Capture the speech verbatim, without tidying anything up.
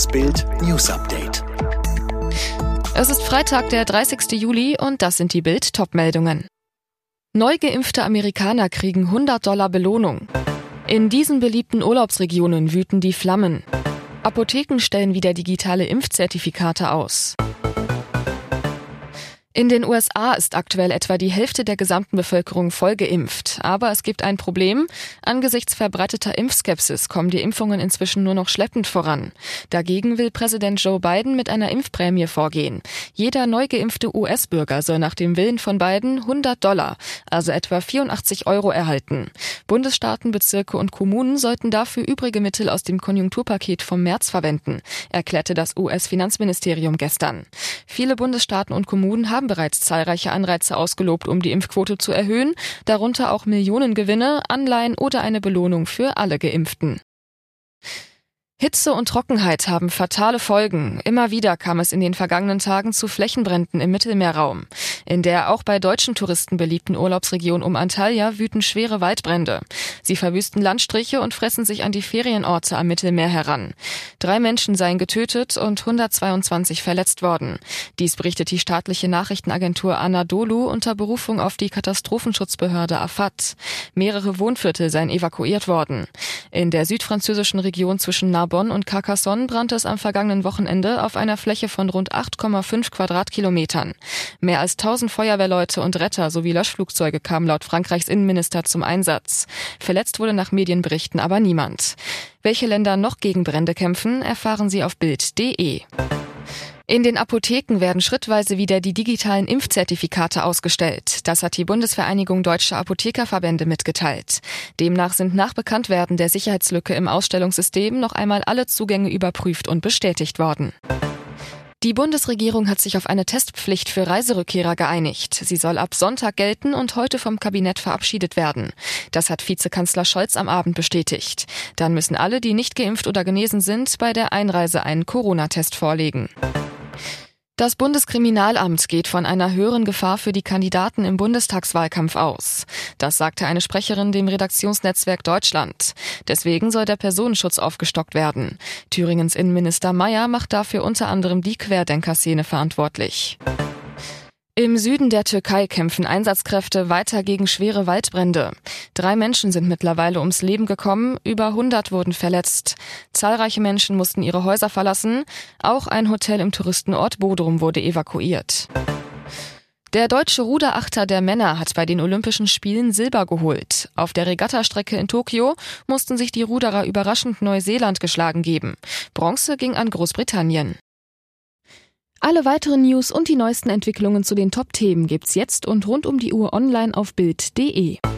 Das Bild News Update. Es ist Freitag, der dreißigste Juli und das sind die Bild-Top-Meldungen. Neu geimpfte Amerikaner kriegen hundert Dollar Belohnung. In diesen beliebten Urlaubsregionen wüten die Flammen. Apotheken stellen wieder digitale Impfzertifikate aus. In den U S A ist aktuell etwa die Hälfte der gesamten Bevölkerung voll geimpft. Aber es gibt ein Problem. Angesichts verbreiteter Impfskepsis kommen die Impfungen inzwischen nur noch schleppend voran. Dagegen will Präsident Joe Biden mit einer Impfprämie vorgehen. Jeder neu geimpfte U S-Bürger soll nach dem Willen von Biden hundert Dollar, also etwa vierundachtzig Euro erhalten. Bundesstaaten, Bezirke und Kommunen sollten dafür übrige Mittel aus dem Konjunkturpaket vom März verwenden, erklärte das U S-Finanzministerium gestern. Viele Bundesstaaten und Kommunen haben bereits zahlreiche Anreize ausgelobt, um die Impfquote zu erhöhen, darunter auch Millionengewinne, Anleihen oder eine Belohnung für alle Geimpften. Hitze und Trockenheit haben fatale Folgen. Immer wieder kam es in den vergangenen Tagen zu Flächenbränden im Mittelmeerraum. In der auch bei deutschen Touristen beliebten Urlaubsregion um Antalya wüten schwere Waldbrände. Sie verwüsten Landstriche und fressen sich an die Ferienorte am Mittelmeer heran. Drei Menschen seien getötet und hundertzweiundzwanzig verletzt worden. Dies berichtet die staatliche Nachrichtenagentur Anadolu unter Berufung auf die Katastrophenschutzbehörde Afad. Mehrere Wohnviertel seien evakuiert worden. In der südfranzösischen Region zwischen Narbonne und Carcassonne brannte es am vergangenen Wochenende auf einer Fläche von rund acht Komma fünf Quadratkilometern. Mehr als tausend Feuerwehrleute und Retter sowie Löschflugzeuge kamen laut Frankreichs Innenminister zum Einsatz. Verletzt wurde nach Medienberichten aber niemand. Welche Länder noch gegen Brände kämpfen, erfahren Sie auf bild punkt de. In den Apotheken werden schrittweise wieder die digitalen Impfzertifikate ausgestellt. Das hat die Bundesvereinigung Deutscher Apothekerverbände mitgeteilt. Demnach sind nach Bekanntwerden der Sicherheitslücke im Ausstellungssystem noch einmal alle Zugänge überprüft und bestätigt worden. Die Bundesregierung hat sich auf eine Testpflicht für Reiserückkehrer geeinigt. Sie soll ab Sonntag gelten und heute vom Kabinett verabschiedet werden. Das hat Vizekanzler Scholz am Abend bestätigt. Dann müssen alle, die nicht geimpft oder genesen sind, bei der Einreise einen Corona-Test vorlegen. Das Bundeskriminalamt geht von einer höheren Gefahr für die Kandidaten im Bundestagswahlkampf aus. Das sagte eine Sprecherin dem Redaktionsnetzwerk Deutschland. Deswegen soll der Personenschutz aufgestockt werden. Thüringens Innenminister Mayer macht dafür unter anderem die Querdenker-Szene verantwortlich. Im Süden der Türkei kämpfen Einsatzkräfte weiter gegen schwere Waldbrände. Drei Menschen sind mittlerweile ums Leben gekommen, über hundert wurden verletzt. Zahlreiche Menschen mussten ihre Häuser verlassen. Auch ein Hotel im Touristenort Bodrum wurde evakuiert. Der deutsche Ruderachter der Männer hat bei den Olympischen Spielen Silber geholt. Auf der Regattastrecke in Tokio mussten sich die Ruderer überraschend Neuseeland geschlagen geben. Bronze ging an Großbritannien. Alle weiteren News und die neuesten Entwicklungen zu den Top-Themen gibt's jetzt und rund um die Uhr online auf bild punkt de.